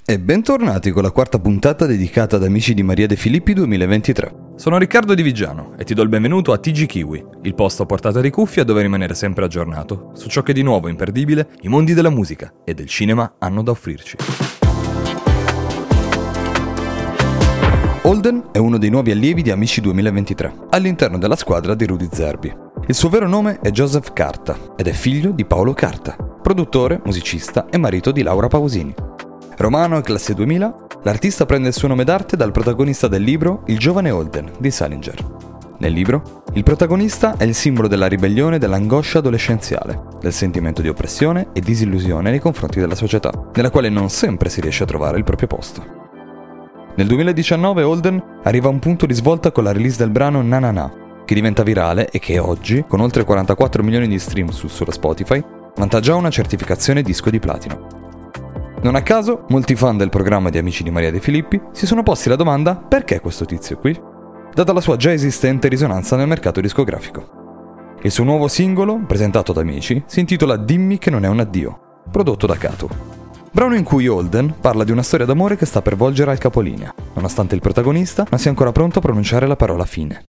E bentornati con la quarta puntata dedicata ad Amici di Maria De Filippi 2023. Sono Riccardo Di Vigiano e ti do il benvenuto a TG Kiwi, il posto a portata di cuffia dove rimanere sempre aggiornato su ciò che di nuovo imperdibile i mondi della musica e del cinema hanno da offrirci. Holden è uno dei nuovi allievi di Amici 2023, all'interno della squadra di Rudy Zerbi. Il suo vero nome è Joseph Carta ed è figlio di Paolo Carta, produttore, musicista e marito di Laura Pausini. Romano e classe 2000, l'artista prende il suo nome d'arte dal protagonista del libro Il giovane Holden di Salinger. Nel libro, il protagonista è il simbolo della ribellione e dell'angoscia adolescenziale, del sentimento di oppressione e disillusione nei confronti della società, nella quale non sempre si riesce a trovare il proprio posto. Nel 2019 Holden arriva a un punto di svolta con la release del brano Na Na Na, che diventa virale e che oggi, con oltre 44 milioni di stream su solo Spotify, vanta già una certificazione disco di platino. Non a caso, molti fan del programma di Amici di Maria De Filippi si sono posti la domanda perché questo tizio qui, data la sua già esistente risonanza nel mercato discografico. Il suo nuovo singolo, presentato da Amici, si intitola Dimmi che non è un addio, prodotto da Catu. Brano in cui Holden parla di una storia d'amore che sta per volgere al capolinea, nonostante il protagonista non sia ancora pronto a pronunciare la parola fine.